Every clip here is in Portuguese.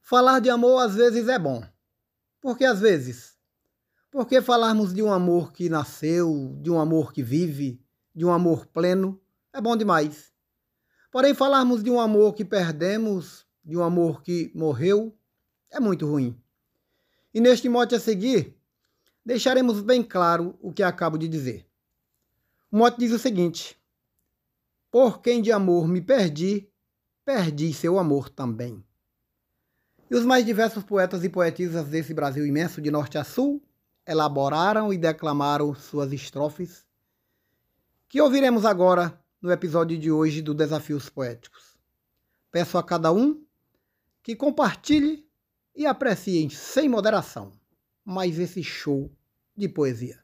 Falar de amor às vezes é bom. Por que às vezes? Porque falarmos de um amor que nasceu, de um amor que vive, de um amor pleno, é bom demais. Porém, falarmos de um amor que perdemos, de um amor que morreu, é muito ruim. E neste mote a seguir, deixaremos bem claro o que acabo de dizer. O mote diz o seguinte: por quem de amor me perdi, perdi seu amor também. E os mais diversos poetas e poetisas desse Brasil imenso, de norte a sul, elaboraram e declamaram suas estrofes, que ouviremos agora no episódio de hoje do Desafios Poéticos. Peço a cada um que compartilhe e aprecie sem moderação mais esse show de poesia.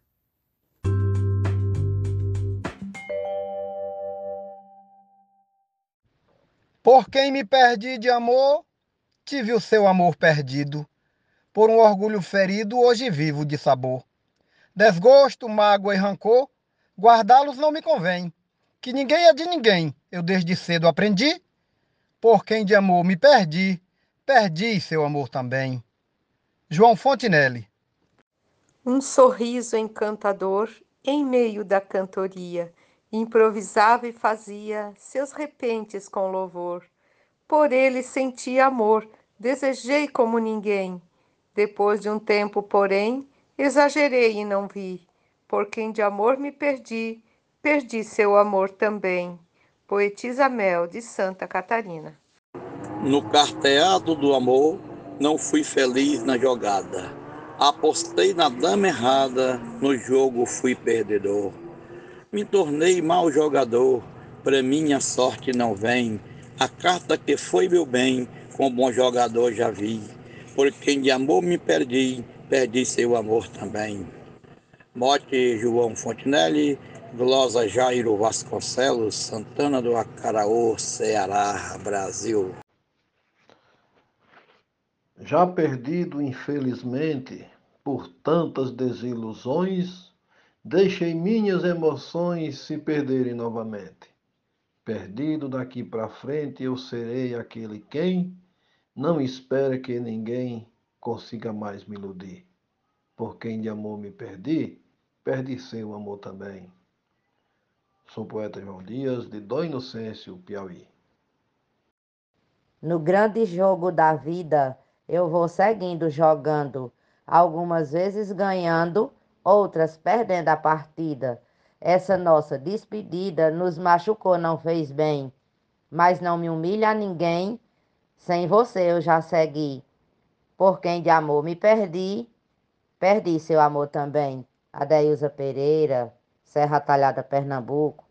Por quem me perdi de amor, tive o seu amor perdido. Por um orgulho ferido, hoje vivo de sabor. Desgosto, mágoa e rancor, guardá-los não me convém. Que ninguém é de ninguém, eu desde cedo aprendi. Por quem de amor me perdi, perdi seu amor também. João Fontinelli. Um sorriso encantador em meio da cantoria, improvisava e fazia seus repentes com louvor. Por ele senti amor, desejei como ninguém. Depois de um tempo, porém, exagerei e não vi. Por quem de amor me perdi, perdi seu amor também. Poetisa Mel, de Santa Catarina. No carteado do amor, não fui feliz na jogada. Apostei na dama errada, no jogo fui perdedor. Me tornei mau jogador, pra mim a sorte não vem. A carta que foi meu bem, com bom jogador já vi. Por quem de amor me perdi, perdi seu amor também. Mote João Fontinelli, glosa Jairo Vasconcelos, Santana do Acaraú, Ceará, Brasil. Já perdido, infelizmente, por tantas desilusões, deixei minhas emoções se perderem novamente. Perdido daqui para frente, eu serei aquele quem não espera que ninguém consiga mais me iludir. Por quem de amor me perdi, perdi seu amor também. Sou o poeta João Dias, de Dom Inocêncio, Piauí. No grande jogo da vida, eu vou seguindo jogando, algumas vezes ganhando, outras perdendo a partida. Essa nossa despedida nos machucou, não fez bem, mas não me humilha a ninguém, sem você eu já segui. Por quem de amor me perdi, perdi seu amor também. Adeilza Pereira, Serra Talhada, Pernambuco.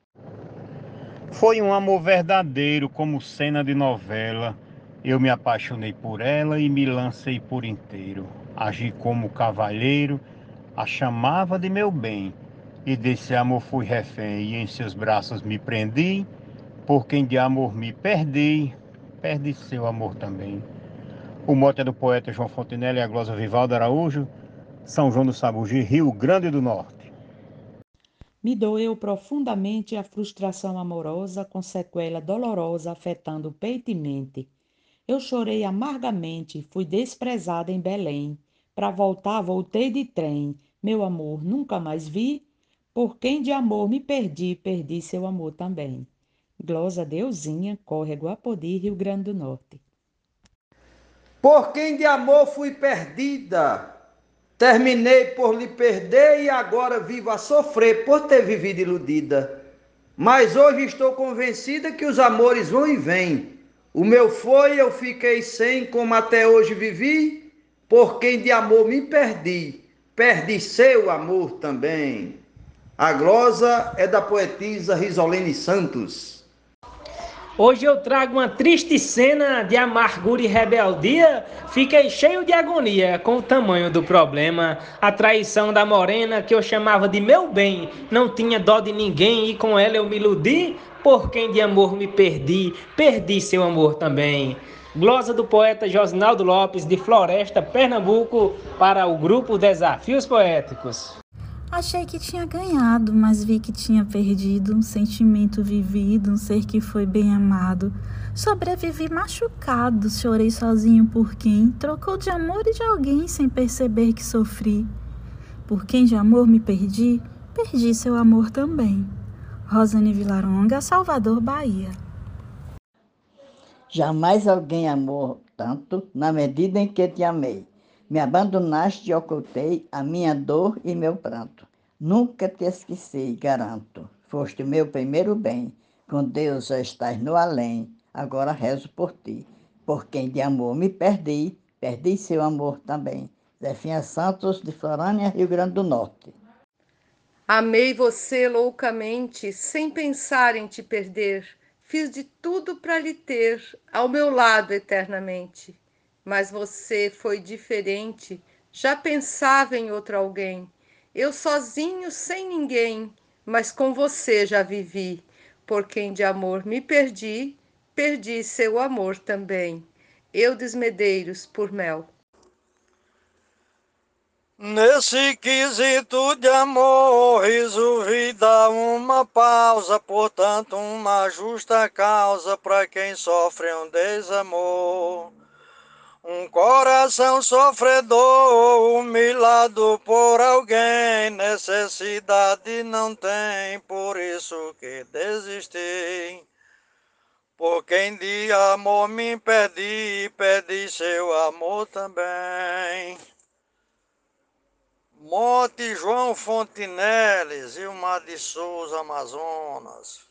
Foi um amor verdadeiro, como cena de novela. Eu me apaixonei por ela e me lancei por inteiro. Agi como cavalheiro, a chamava de meu bem. E desse amor fui refém e em seus braços me prendi. Por quem de amor me perdi, perdi seu amor também. O mote é do poeta João Fontinelli e a glosa Vivaldo Araújo, São João do Sabugi, Rio Grande do Norte. Me doeu profundamente a frustração amorosa com sequela dolorosa afetando peito e mente. Eu chorei amargamente, fui desprezada em Belém. Para voltar, voltei de trem. Meu amor, nunca mais vi. Por quem de amor me perdi, perdi seu amor também. Glosa Deusinha, Córrego Apodi, Rio Grande do Norte. Por quem de amor fui perdida, terminei por lhe perder e agora vivo a sofrer por ter vivido iludida. Mas hoje estou convencida que os amores vão e vêm. O meu foi, eu fiquei sem, como até hoje vivi. Por quem de amor me perdi, perdi seu amor também. A glosa é da poetisa Risolene Santos. Hoje eu trago uma triste cena de amargura e rebeldia. Fiquei cheio de agonia com o tamanho do problema. A traição da morena que eu chamava de meu bem. Não tinha dó de ninguém e com ela eu me iludi. Por quem de amor me perdi, perdi seu amor também. Glosa do poeta Josinaldo Lopes, de Floresta, Pernambuco, para o grupo Desafios Poéticos. Achei que tinha ganhado, mas vi que tinha perdido um sentimento vivido, um ser que foi bem amado. Sobrevivi machucado, chorei sozinho por quem trocou de amor e de alguém sem perceber que sofri. Por quem de amor me perdi, perdi seu amor também. Rosane Vilaronga, Salvador, Bahia. Jamais alguém amou tanto na medida em que te amei. Me abandonaste e ocultei a minha dor e meu pranto. Nunca te esqueci, garanto. Foste meu primeiro bem. Com Deus já estás no além. Agora rezo por ti. Por quem de amor me perdi, perdi seu amor também. Zefinha Santos, de Florânia, Rio Grande do Norte. Amei você loucamente, sem pensar em te perder. Fiz de tudo para lhe ter ao meu lado eternamente. Mas você foi diferente, já pensava em outro alguém. Eu sozinho, sem ninguém, mas com você já vivi. Por quem de amor me perdi, perdi seu amor também. Eudes Medeiros, por Mel. Nesse quesito de amor, resolvi dar uma pausa, portanto, uma justa causa para quem sofre um desamor. Um coração sofredor, humilhado por alguém, necessidade não tem, por isso que desisti. Por quem de amor me perdi, perdi seu amor também. Monte João Fontineles, Ilmar de Souza, Amazonas.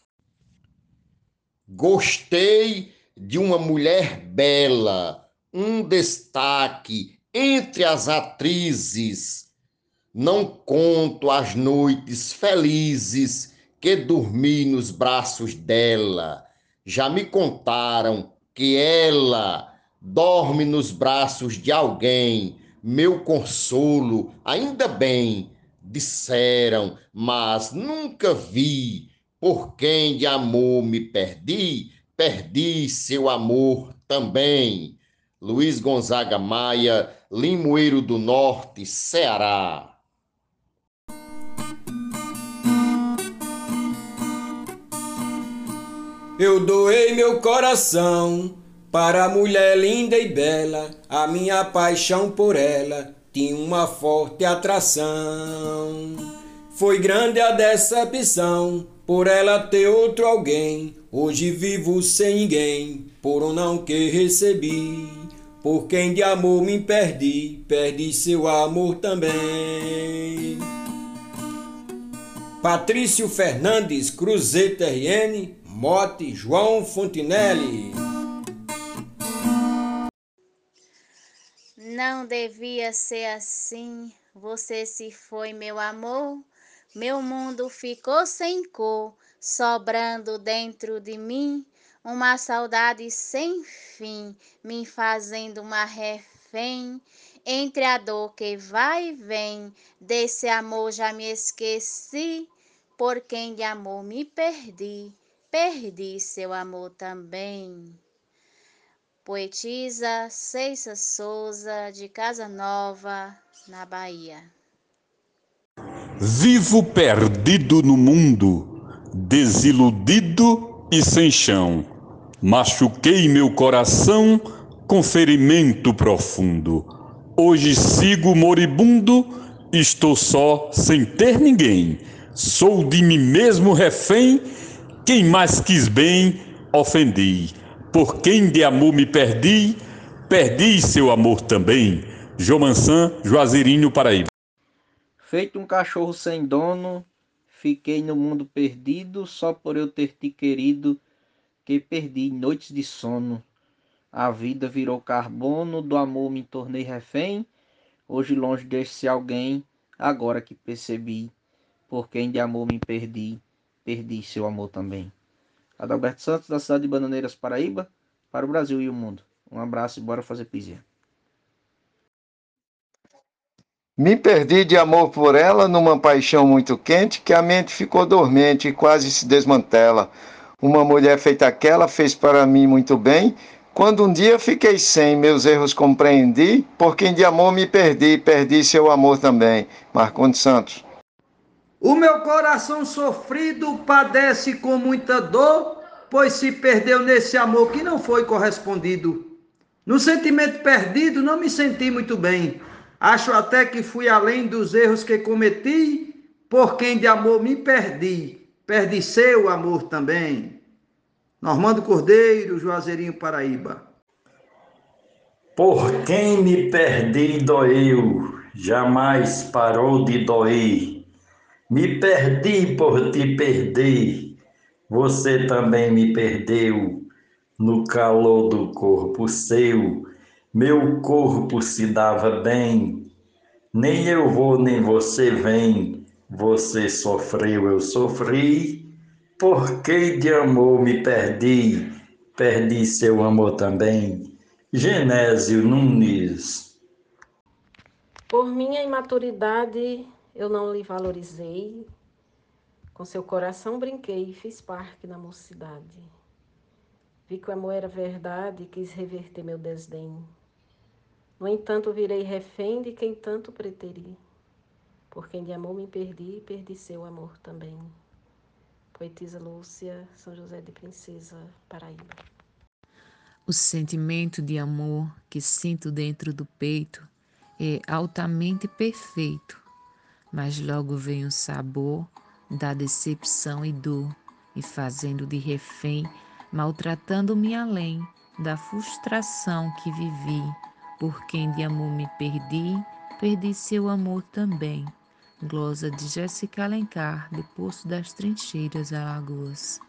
Gostei de uma mulher bela, um destaque entre as atrizes. Não conto as noites felizes que dormi nos braços dela. Já me contaram que ela dorme nos braços de alguém. Meu consolo, ainda bem, disseram, mas nunca vi. Por quem de amor me perdi, perdi seu amor também. Luiz Gonzaga Maia, Limoeiro do Norte, Ceará. Eu doei meu coração para a mulher linda e bela, a minha paixão por ela tinha uma forte atração. Foi grande a decepção por ela ter outro alguém. Hoje vivo sem ninguém por um não que recebi. Por quem de amor me perdi, perdi seu amor também. Patrício Fernandes, Cruzeta RN, Mote João Fontinelli. Não devia ser assim, você se foi, meu amor. Meu mundo ficou sem cor, sobrando dentro de mim uma saudade sem fim, me fazendo uma refém. Entre a dor que vai e vem, desse amor já me esqueci. Por quem de amor me perdi, perdi seu amor também. Poetisa Ceissa Souza, de Casa Nova, na Bahia. Vivo perdido no mundo, desiludido e sem chão. Machuquei meu coração com ferimento profundo. Hoje sigo moribundo, estou só sem ter ninguém. Sou de mim mesmo refém, quem mais quis bem, ofendi. Por quem de amor me perdi, perdi seu amor também. Jomansan, Juazeirinho, Paraíba. Feito um cachorro sem dono, fiquei no mundo perdido, só por eu ter te querido, que perdi noites de sono. A vida virou carbono, do amor me tornei refém, hoje longe desse alguém, agora que percebi, por quem de amor me perdi, perdi seu amor também. Adalberto Santos, da cidade de Bananeiras, Paraíba, para o Brasil e o mundo. Um abraço e bora fazer poesia. Me perdi de amor por ela numa paixão muito quente, que a mente ficou dormente e quase se desmantela. Uma mulher feita aquela fez para mim muito bem. Quando um dia fiquei sem, meus erros compreendi, por quem de amor me perdi, perdi seu amor também. Marcondes Santos. O meu coração sofrido padece com muita dor, pois se perdeu nesse amor que não foi correspondido. No sentimento perdido não me senti muito bem. Acho até que fui além dos erros que cometi, por quem de amor me perdi. Perdi seu amor também. Normando Cordeiro, Juazeirinho, Paraíba. Por quem me perdi doeu, jamais parou de doer. Me perdi por te perder, você também me perdeu. No calor do corpo seu, meu corpo se dava bem. Nem eu vou, nem você vem. Você sofreu, eu sofri. Por quem de amor me perdi, perdi seu amor também. Genésio Nunes. Por minha imaturidade, eu não lhe valorizei. Com seu coração brinquei e fiz parque na mocidade. Vi que o amor era verdade e quis reverter meu desdém. No entanto, virei refém de quem tanto preteri. Por quem de amor me perdi, perdi seu amor também. Poetisa Lúcia, São José de Princesa, Paraíba. O sentimento de amor que sinto dentro do peito é altamente perfeito, mas logo vem o sabor da decepção e dor, e fazendo de refém, maltratando-me além da frustração que vivi. Por quem de amor me perdi, perdi seu amor também. Glosa de Jéssica Alencar, de Poço das Trincheiras, Alagoas.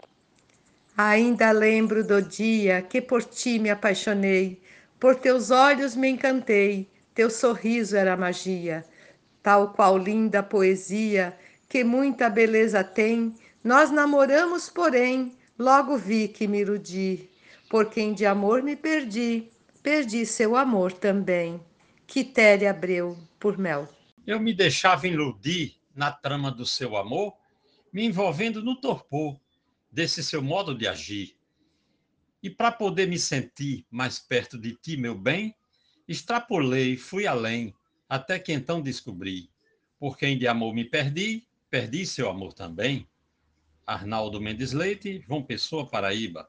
Ainda lembro do dia que por ti me apaixonei, por teus olhos me encantei, teu sorriso era magia, tal qual linda poesia, que muita beleza tem, nós namoramos, porém, logo vi que me iludi, por quem de amor me perdi, perdi seu amor também. Quitéria Abreu, por Mel. Eu me deixava iludir na trama do seu amor, me envolvendo no torpor desse seu modo de agir. E para poder me sentir mais perto de ti, meu bem, extrapolei, fui além, até que então descobri. Por quem de amor me perdi, perdi seu amor também. Arnaldo Mendes Leite, João Pessoa, Paraíba.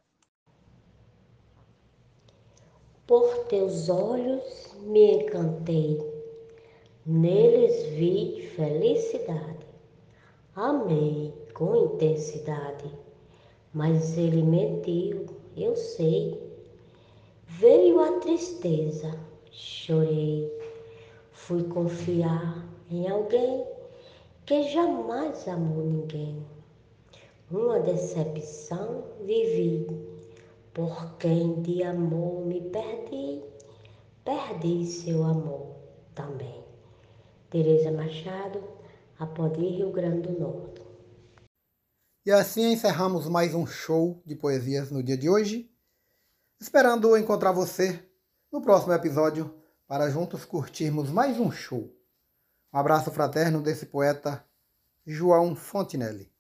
Por teus olhos me encantei, neles vi felicidade. Amei com intensidade, mas ele mentiu, eu sei. Veio a tristeza, chorei. Fui confiar em alguém que jamais amou ninguém. Uma decepção vivi, por quem de amor me perdi, perdi seu amor também. Tereza Machado, Apodi, Rio Grande do Norte. E assim encerramos mais um show de poesias no dia de hoje, esperando encontrar você no próximo episódio para juntos curtirmos mais um show. Um abraço fraterno desse poeta João Fontinelli.